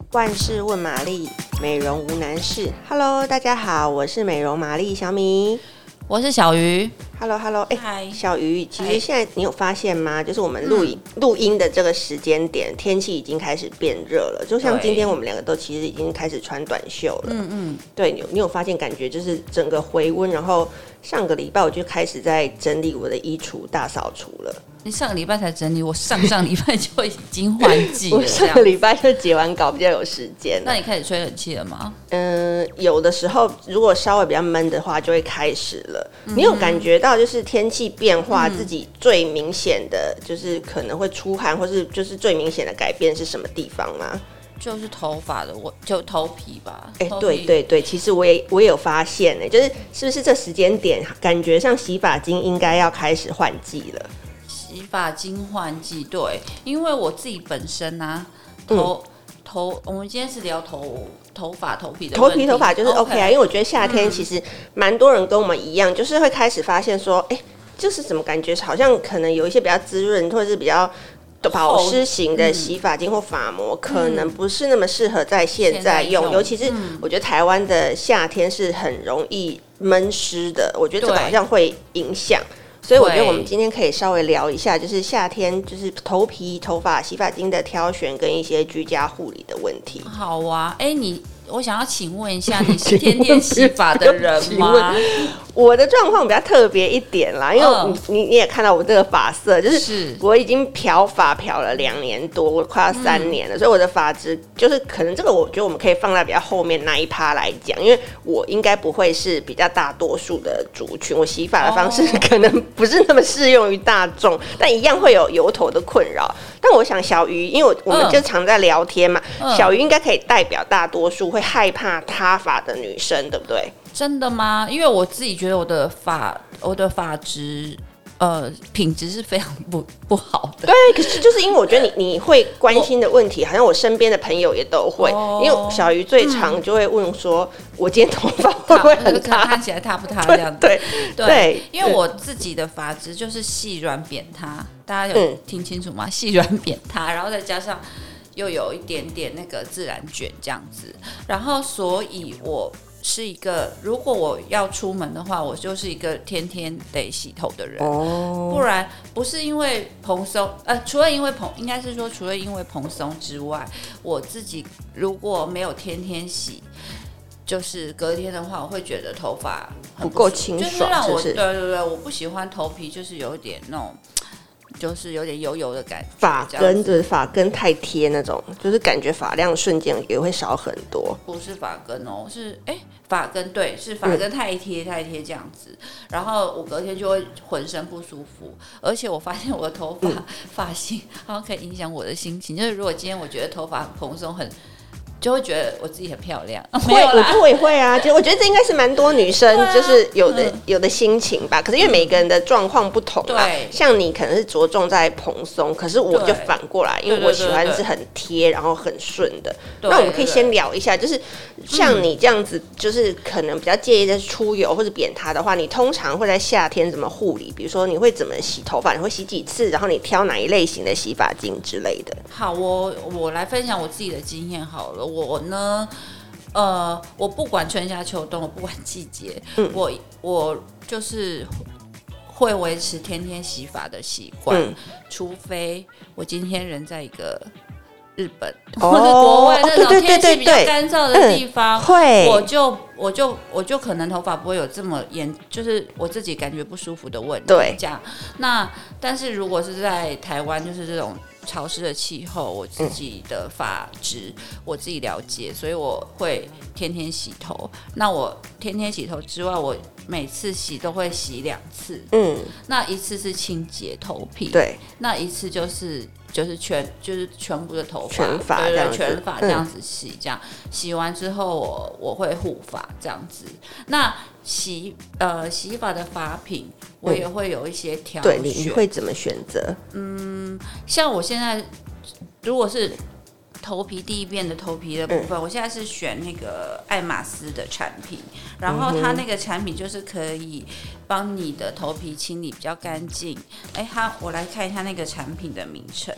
万事问玛丽，美容无难事。Hello， 大家好，我是美容玛丽小米， 我是小鱼。 Hello， 嗨， 小鱼，其实现在你有发现吗？就是我们录音的这个时间点，天气已经开始变热了。就像今天我们两个都其实已经开始穿短袖了。对，你有发现感觉就是整个回温，然后上个礼拜我就开始在整理我的衣橱大扫除了。 你上个礼拜才整理，我上礼拜就已经换季了。 我上个礼拜就结完稿，比较有时间。 那你开始吹冷气了吗？ 有的时候如果稍微比较闷的话，就会开始了。你有感觉到就是天气变化，自己最明显的就是可能会出汗，或是就是最明显的改变是什么地方吗？ 就是头发的，就头皮吧。 对，其实我也有发现就是是不是这时间点感觉像洗发精应该要开始换季了？ 洗发精换季，对，因为我自己本身啊，我们今天是聊头发、头皮的问题。 头发就是 OK 啊，因为我觉得夏天其实蛮多人跟我们一样，就是会开始发现说，就是怎么感觉好像可能有一些比较滋润或者是比较保湿型的洗发精或发膜，可能不是那么适合在现在用，尤其是我觉得台湾的夏天是很容易闷湿的，我觉得这个好像会影响。所以我觉得我们今天可以稍微聊一下，就是夏天就是头皮、头发、洗发精的挑选跟一些居家护理的问题。 好啊，我想要请问一下，你是天天洗发的人吗？ 我的状况比较特别一点啦，因为你也看到我这个发色，就是我已经漂发漂了2年多，我快要3年了，所以我的发质就是可能这个我觉得我们可以放在比较后面那一趴来讲，因为我应该不会是比较大多数的族群，我洗发的方式可能不是那么适用于大众，但一样会有油头的困扰。但我想小鱼，因为我们就常在聊天嘛，小鱼应该可以代表大多数会害怕塌发的女生，对不对？ 真的吗？因为我自己觉得我的发质品质是非常不好的。 对，可是就是因为我觉得你会关心的问题，好像我身边的朋友也都会。因为小鱼最常就会问说，我今天头发会不会很塌？ 看起来塌不塌这样子？ 对， 因为我自己的发质就是细软扁塌，大家有听清楚吗？细软扁塌，然后再加上又有一点点那个自然卷这样子，然后所以我是一个，如果我要出门的话，我就是一个天天得洗头的人，不然不是因为蓬松，除了因为应该是说除了因为蓬松之外，我自己如果没有天天洗，就是隔天的话，我会觉得头发很不够清爽， 就是让我是对，我不喜欢头皮就是有一点那种。就是有点油油的感觉， 发根太贴那种，就是感觉发量瞬间也会少很多。 不是发根哦，是发根，对，是发根太贴这样子，然后我隔天就会浑身不舒服，而且我发现我的头发发型好像可以影响我的心情，就是如果今天我觉得头发很蓬松就会觉得我自己很漂亮， 我也会啊。其实我觉得这应该是蛮多女生就是有的心情吧。可是因为每个人的状况不同嘛，像你可能是着重在蓬松，可是我就反过来，因为我喜欢是很贴，然后很顺的。那我们可以先聊一下，就是像你这样子，就是可能比较介意的是出油或者扁塌的话，你通常会在夏天怎么护理？比如说你会怎么洗头发？你会洗几次？然后你挑哪一类型的洗发精之类的？ 好，我来分享我自己的经验好了。我呢，我不管春夏秋冬，我不管季节，我就是会维持天天洗发的习惯，除非我今天人在一个日本或者国外那种天气比较干燥的地方，我就可能头发不会有这么就是我自己感觉不舒服的问题。 对， 这样。那但是如果是在台湾，就是这种潮湿的气候，我自己的发质我自己了解，所以我会天天洗头。那我天天洗头之外，我每次洗都会洗2次。那一次是清洁头皮， 对， 那一次就是全部的头发， 全发这样子， 全发这样子洗，这样洗完之后我会护发这样子。那洗发的发品我也会有一些挑选， 对，你会怎么选择？ 像我现在如果是头皮第一遍的头皮的部分，我现在是选那个爱马仕的产品，然后它那个产品就是可以帮你的头皮清理比较干净。我来看一下那个产品的名称，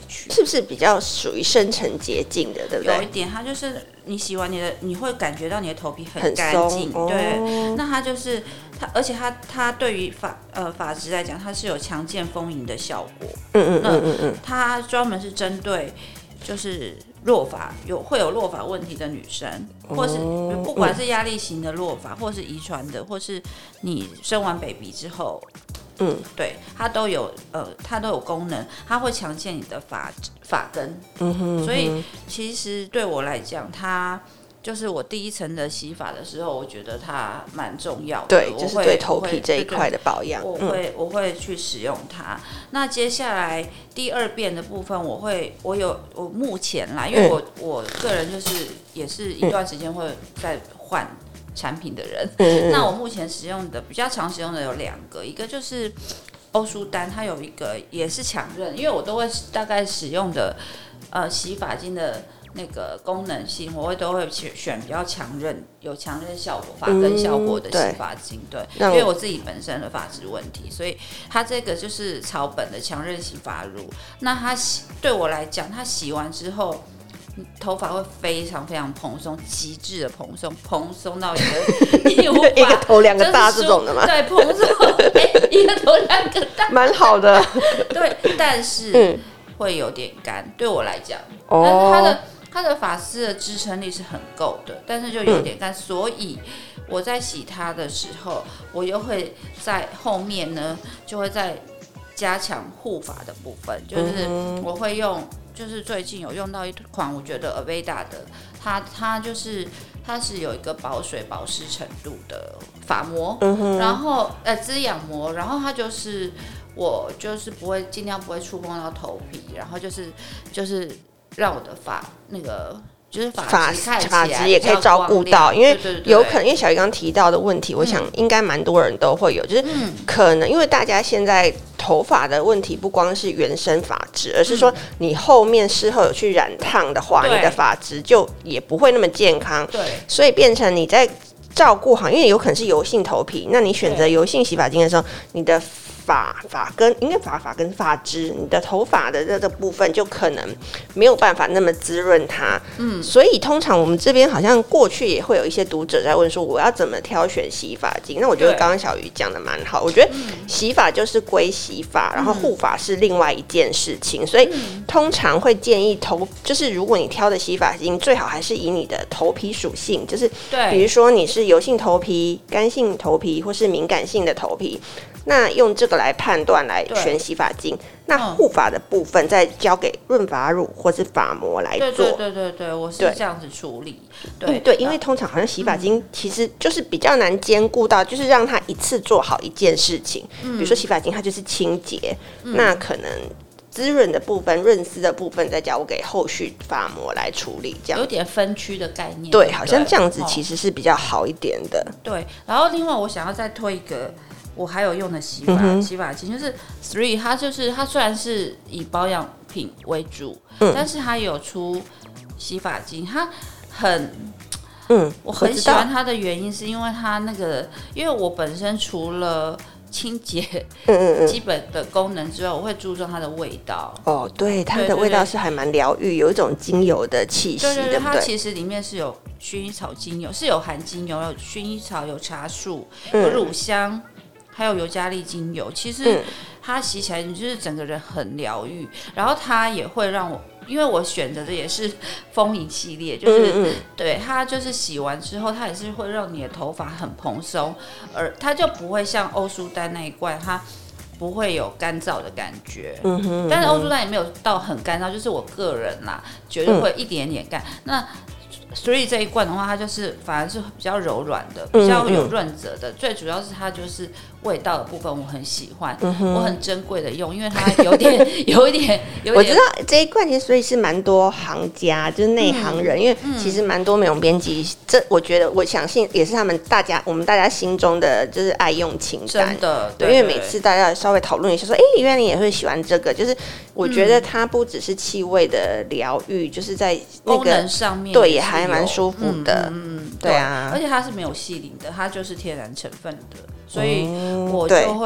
去， 是不是比较属于深层洁净的，对不对？ 有一点，它就是你洗完你会感觉到你的头皮很干净，对。那它就是它，而且它对于发质来讲，它是有强健丰盈的效果。它专门是针对就是落发会有落发问题的女生，或是不管是压力型的落发，或是遗传的，或是你生完 baby 之后。对，它都有功能，它会强健你的发根。所以其实对我来讲，它就是我第一层的洗发的时候，我觉得它蛮重要的。 对，就是对头皮这一块的保养， 我会去使用它。那接下来第二遍的部分，我目前啦，因为我个人就是也是一段时间会再换产品的人，那我目前使用的比较常使用的有2个，一个就是欧舒丹，它有一个也是强韧，因为我都会大概使用的洗发精的那个功能性，我都会选比较强韧、有强韧效果、发根效果的洗发精，对，因为我自己本身的发质问题，所以它这个就是草本的强韧洗发乳。那它对我来讲，它洗完之后。头发会非常非常蓬松，极致的蓬松到一个头2个大这种的吗？ 对，蓬松，一个头2个大， 蛮好的。 对，但是会有点干，对我来讲，但是它的发丝的支撑力是很够的，但是就有点干，所以我在洗它的时候，我又会在后面呢，就会再加强护发的部分，就是我会用。就是最近有用到一款，我觉得 Aveda 的，它是有一个保水保湿程度的发膜，然后滋养膜，然后它就是我就是尽量不会触碰到头皮，然后就是让我的那个。就是发质也可以照顾到，因为有可能，因为小鱼刚提到的问题，我想应该蛮多人都会有，就是可能因为大家现在头发的问题不光是原生发质，而是说你后面事后有去染烫的话，你的发质就也不会那么健康， 对， 所以变成你在照顾好，因为有可能是油性头皮，那你选择油性洗发精的时候，你的发根应该发根发质，你的头发的这个部分就可能没有办法那么滋润它。所以通常我们这边好像过去也会有一些读者在问说，我要怎么挑选洗发精？那我觉得刚刚小鱼讲的蛮好，我觉得洗发就是归洗发，然后护发是另外一件事情。所以通常会建议就是如果你挑的洗发精，最好还是以你的头皮属性，就是比如说你是油性头皮、干性头皮或是敏感性的头皮。那用这个来判断来选洗发精，那护发的部分再交给润发乳或是发膜来做。 对，我是这样子处理。 对，因为通常好像洗发精其实就是比较难兼顾到，就是让它一次做好一件事情。比如说洗发精它就是清洁，那可能滋润的部分、润丝的部分再交给后续发膜来处理，这样有点分区的概念。 对，好像这样子其实是比较好一点的。 对，然后另外我想要再推一个。我还有用的洗发精，就是 Three， 它虽然是以保养品为主，但是它有出洗发精，它我很喜欢它的原因是因为它因为我本身除了清洁基本的功能之外，我会注重它的味道。 对，它的味道是还蛮疗愈，有一种精油的气息，对不对？ 它其实里面是有薰衣草精油，是有含精油，有薰衣草，有茶树，有乳香。还有尤加利精油，其实它洗起来你就是整个人很疗愈，然后它也会让我，因为我选择的也是丰盈系列，就是对它就是洗完之后，它也是会让你的头发很蓬松，而它就不会像欧舒丹那一罐，它不会有干燥的感觉。但是欧舒丹也没有到很干燥，就是我个人啦，觉得会一点点干。那所以这一罐的话，它就是反而是比较柔软的，比较有润泽的。最主要是它就是味道的部分，我很喜欢，我很珍贵的用，因为它有一点。 我知道这一罐其实所以是蛮多行家，就是内行人，因为其实蛮多美容编辑，我觉得我相信也是我们大家心中的就是爱用清单。 真的， 对，因为每次大家稍微讨论一下，说，原来你也会喜欢这个，就是我觉得它不只是气味的疗愈，就是在那个功能上面， 对，也还蛮舒服的。对啊， 而且它是没有细鳞的，它就是天然成分的，所以我就会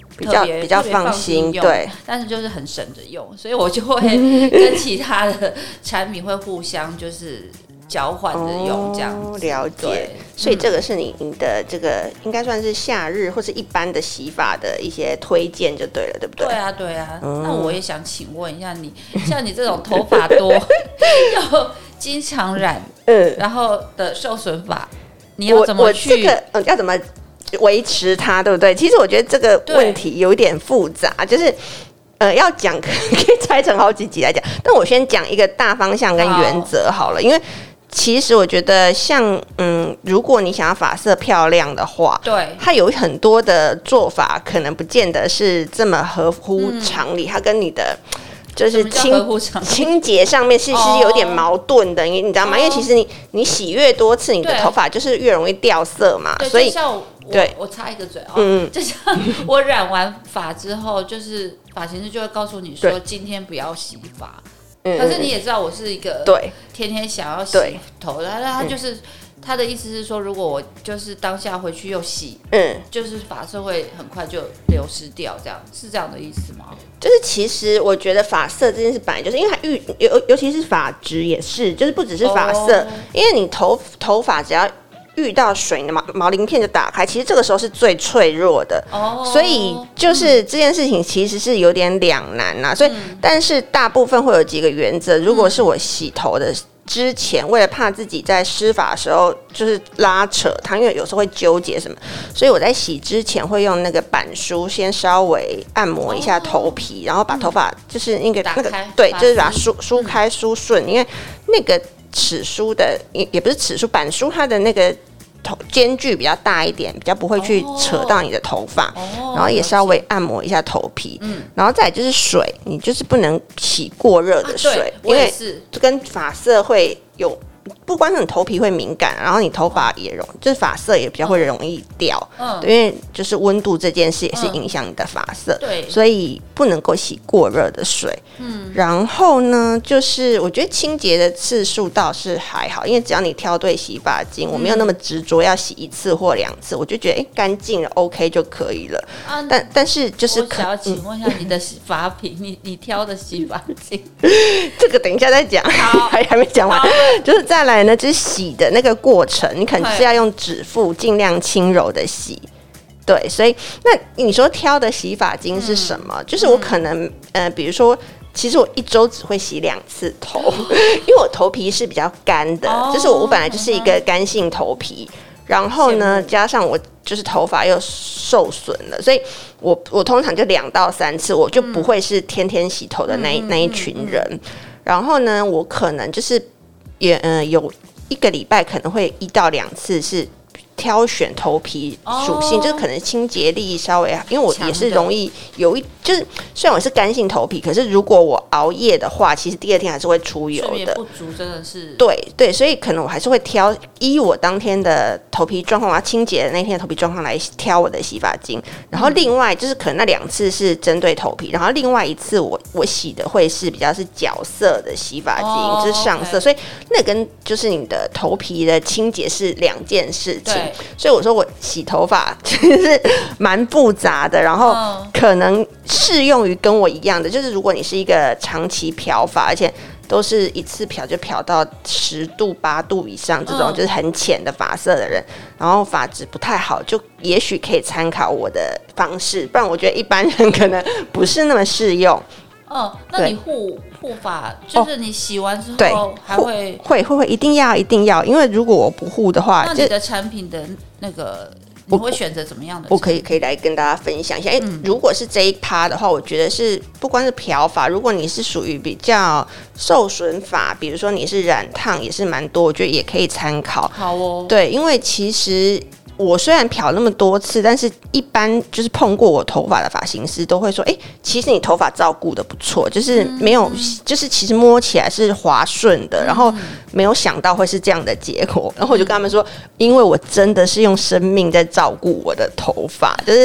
比较放心，对， 但是就是很省着用，所以我就会跟其他的产品会互相就是交换着用这样子。 了解，所以这个是你的这个应该算是夏日或是一般的洗发的一些推荐就对了，对不对？ 对啊。那我也想请问一下你，像你这种头发多又经常染，然后的受损发，你要怎么去？ 我这个要怎么维持它，对不对？其实我觉得这个问题有一点复杂，就是要讲可以拆成好几集来讲，但我先讲一个大方向跟原则好了，因为其实我觉得像如果你想要发色漂亮的话， 对， 它有很多的做法可能不见得是这么合乎常理，它跟你的就是清洁上面是有点矛盾的，你知道吗？因为其实你洗越多次，你的头发就是越容易掉色嘛，所以像我插一个嘴就像我染完发之后，就是发型师就会告诉你说今天不要洗发。可是你也知道我是一个天天想要洗头的，他就是他的意思是说，如果我就是当下回去又洗，就是发色会很快就流失掉，这样是这样的意思吗？ 就是其实我觉得发色这件事本来就是因为它尤其是发质也是，就是不只是发色，因为你头发只要遇到水，你的毛鳞片就打开，其实这个时候是最脆弱的，所以就是这件事情其实是有点两难呐。所以，但是大部分会有几个原则。如果是我洗头的之前，为了怕自己在湿发的时候就是拉扯它，因为有时候会纠结什么，所以我在洗之前会用那个板梳先稍微按摩一下头皮，然后把头发就是那个对，就是把它梳开梳顺，因为那个齿梳的也不是齿梳，板梳它的那个间距比较大一点，比较不会去扯到你的头发，然后也稍微按摩一下头皮，然后再来就是水，你就是不能洗过热的水，因为跟发色会有。不光是你头皮会敏感，然后你头发也就是发色也比较会容易掉，因为就是温度这件事也是影响你的发色，所以不能够洗过热的水。然后呢，就是我觉得清洁的次数倒是还好，因为只要你挑对洗发精，我没有那么执着要洗1次或2次，我就觉得干净了 OK 就可以了。但是就是我想要请问一下你的洗发品，你挑的洗发精， 这个等一下再讲，还没讲完，就是再来呢，就是洗的那个过程，你可能是要用指腹尽量轻柔的洗。对，所以那你说挑的洗发精是什么？就是我可能比如说，其实我1周只会洗2次头，因为我头皮是比较干的，就是我本来就是一个干性头皮，然后呢，加上我就是头发又受损了，所以我通常就2到3次，我就不会是天天洗头的那一群人。然后呢，我可能就是也有1个礼拜可能会1到2次是挑选头皮属性，就是可能清洁力稍微，因为我也是容易就是虽然我是干性头皮，可是如果我熬夜的话，其实第2天还是会出油的。睡眠不足真的是对，所以可能我还是会挑依我当天的头皮状况，我要清洁的那天的头皮状况来挑我的洗发精。然后另外就是可能那2次是针对头皮，然后另外1次我洗的会是比较是角色的洗发精，就是上色，所以那跟就是你的头皮的清洁是2件事情。所以我说我洗头发其实是蛮复杂的，然后可能适用于跟我一样的，就是如果你是一个长期漂发，而且都是一次漂就漂到10度8度以上这种就是很浅的发色的人，然后发质不太好，就也许可以参考我的方式，不然我觉得一般人可能不是那么适用。 那你护发就是你洗完之后还会一定要，因为如果我不护的话， 那你的产品的那个你会选择怎么样的？ 我可以来跟大家分享一下。如果是这一趴的话，我觉得是不光是漂发，如果你是属于比较受损发，比如说你是染烫也是蛮多，我觉得也可以参考。 好哦， 对，因为其实我虽然漂那么多次，但是一般就是碰过我头发的发型师都会说，其实你头发照顾的不错，就是没有，就是其实摸起来是滑顺的，然后没有想到会是这样的结果。然后我就跟他们说，因为我真的是用生命在照顾我的头发，就是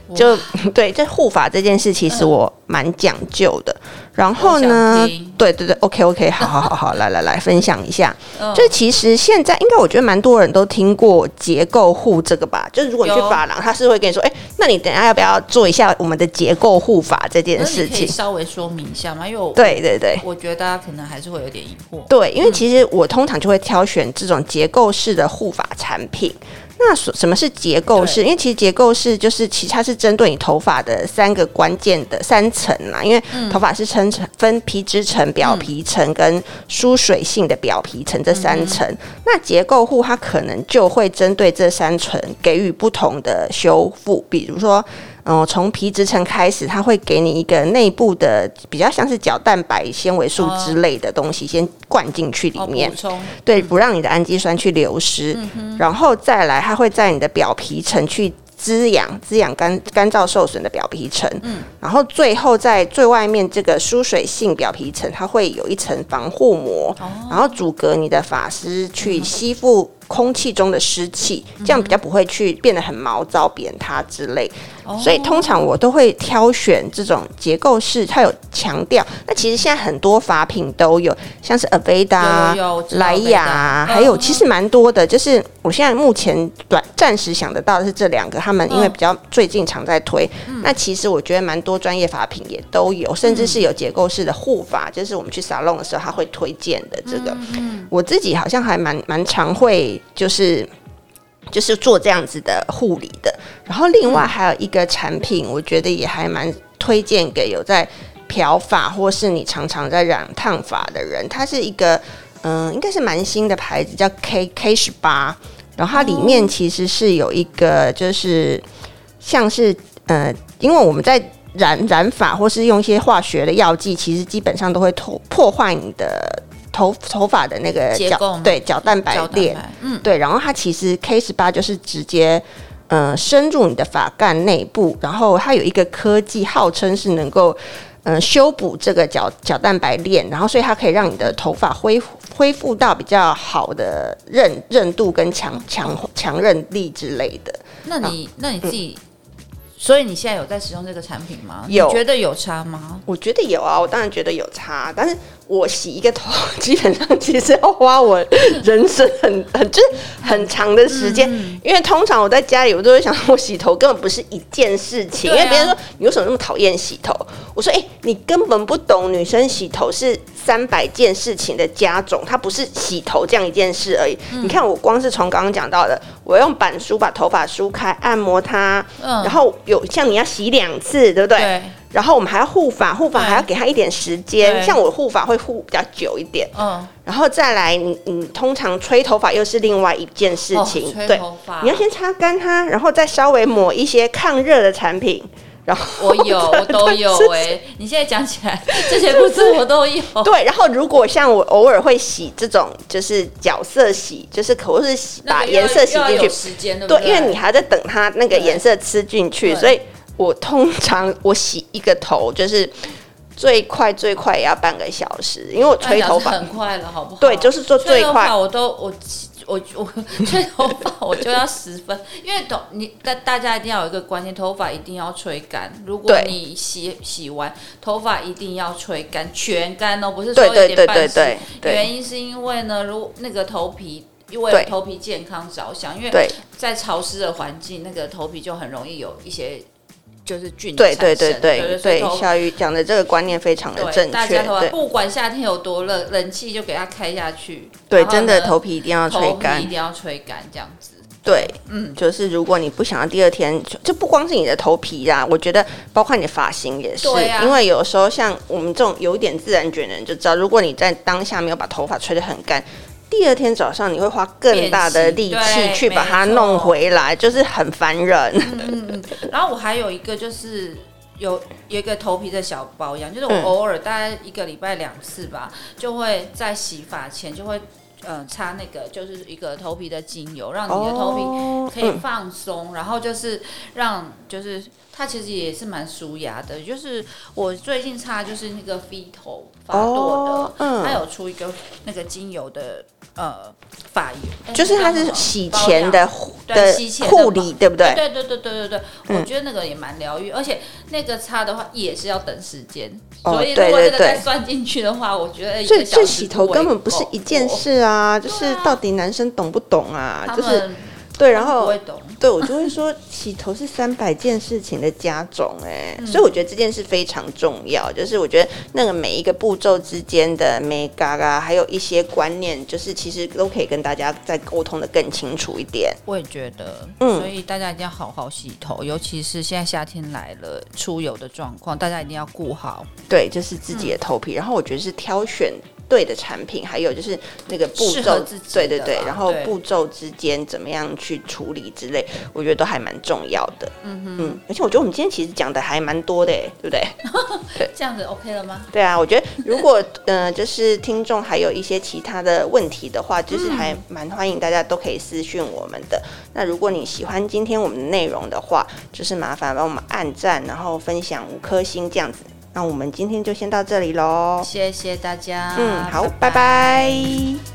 就对，这护发这件事其实我蛮讲究的。然后呢，对对对 ，OK， 好，来分享一下。就其实现在应该我觉得蛮多人都听过结构护这个吧？就是如果你去发廊，他是会跟你说，那你等一下要不要做一下我们的结构护发这件事情？ 可以稍微说明一下吗？因为对， 我觉得大家可能还是会有点疑惑。 对，因为其实我通常就会挑选这种结构式的护发产品。那什么是结构式？因为其实结构式就是其实它是针对你头发的3个关键的3层啦。因为头发是分皮质层、表皮层跟疏水性的表皮层这3层。那结构护它可能就会针对这3层给予不同的修复，比如说。从皮质层开始，它会给你一个内部的比较像是角蛋白、纤维素之类的东西，先灌进去里面，对，不让你的氨基酸去流失。然后再来，它会在你的表皮层去滋养干燥受损的表皮层。然后最后在最外面这个疏水性表皮层，它会有一层防护膜，然后阻隔你的发丝去吸附空气中的湿气，这样比较不会去变得很毛躁、扁塌之类。所以通常我都会挑选这种结构式，它有强调。那其实现在很多发品都有，像是 Aveda、莱雅，还有其实蛮多的。就是我现在目前暂时想得到的是这2个，他们因为比较最近常在推。那其实我觉得蛮多专业发品也都有，甚至是有结构式的护发，就是我们去沙龙的时候他会推荐的这个。我自己好像还蛮常会就是做这样子的护理的。然后另外还有一个产品，我觉得也还蛮推荐给有在漂发或是你常常在染烫发的人。它是一个应该是蛮新的牌子，叫 K18。然后它里面其实是有一个就是像是因为我们在染发或是用一些化学的药剂，其实基本上都会破坏你的头发的那个角蛋白链。对，然后它其实 K18 就是直接深入你的发干内部，然后它有一个科技号称是能够修补这个角蛋白链，然后所以它可以让你的头发恢复到比较好的韧度跟强韧力之类的。 那你自己所以你现在有在使用这个产品吗？ 有， 你觉得有差吗？ 我觉得有啊，我当然觉得有差，但是我洗一个头基本上其实要花我人生就是很长的时间。因为通常我在家里我都会想，我洗头根本不是一件事情。因为别人说你为什么那么讨厌洗头，我说你根本不懂，女生洗头是300件事情的加总，它不是洗头这样一件事而已。你看我光是从刚刚讲到的，我用板梳把头发梳开，按摩它，然后有像你要洗2次，对不对？对。然后我们还要护发还要给它一点时间，像我护发会护比较久一点。然后再来你通常吹头发又是另外一件事情。对，你要先擦干它，然后再稍微抹一些抗热的产品。然后我都有你现在讲起来这些步骤我都有。 对，然后如果像我偶尔会洗这种就是角色洗，就是可是把颜色洗进去， 时间对，因为你还在等它那个颜色吃进去，所以我通常我洗一个头就是最快也要半个小时，因为我吹头发很快了，好不好？ 对，就是做最快。 我吹头发我就要10分，因为大家一定要有一个观念，头发一定要吹干。如果你洗完头发一定要吹干，全干哦，不是说有点半湿。原因是因为呢，如那个头皮。为了头皮健康着想，因为在潮湿的环境，那个头皮就很容易有一些就是菌产生。 对，小鱼讲的这个观念非常的正确。 大家头发不管夏天有多热，冷气就给它开下去。 对，真的头皮一定要吹干， 一定要吹干这样子。 对，就是如果你不想要第2天，就不光是你的头皮啦，我觉得包括你的发型也是。因为有时候像我们这种有点自然卷的人就知道，如果你在当下没有把头发吹得很干，第2天早上你会花更大的力气去把它弄回来，就是很烦人。 然后我还有一个就是有一个头皮的小保养，就是我偶尔大概1个礼拜2次吧，就会在洗发前就会擦那个就是一个头皮的精油，让你的头皮可以放松，然后就是让就是它其实也是蛮舒压的。就是我最近擦就是那个飞头发朵的，它有出一个那个精油的发油， 就是它是洗前的洗前护理，对不对？ 对，我觉得那个也蛮疗愈，而且那个擦的话也是要等时间，所以如果这个再算进去的话，我觉得1个小时这洗头根本不是一件事啊，就是到底男生懂不懂啊？就是对，然后对我就会说，洗头是300件事情的加总所以我觉得这件事非常重要。就是我觉得那个每一个步骤之间的眉嘎嘎，还有一些观念，就是其实都可以跟大家再沟通的更清楚一点。 我也觉得，所以大家一定要好好洗头，尤其是现在夏天来了，出油的状况，大家一定要顾好。 对，就是自己的头皮，然后我觉得是挑选对的产品，还有就是那个步骤，对，然后步骤之间怎么样去处理之类，我觉得都还蛮重要的。而且我觉得我们今天其实讲的还蛮多的，对不对？ 对，这样子 OK 了吗？ 对啊，我觉得如果就是听众还有一些其他的问题的话，就是还蛮欢迎大家都可以私讯我们的。那如果你喜欢今天我们的内容的话，就是麻烦帮我们按赞，然后分享5颗星这样子。那我们今天就先到这里咯， 谢谢大家。 好，拜拜。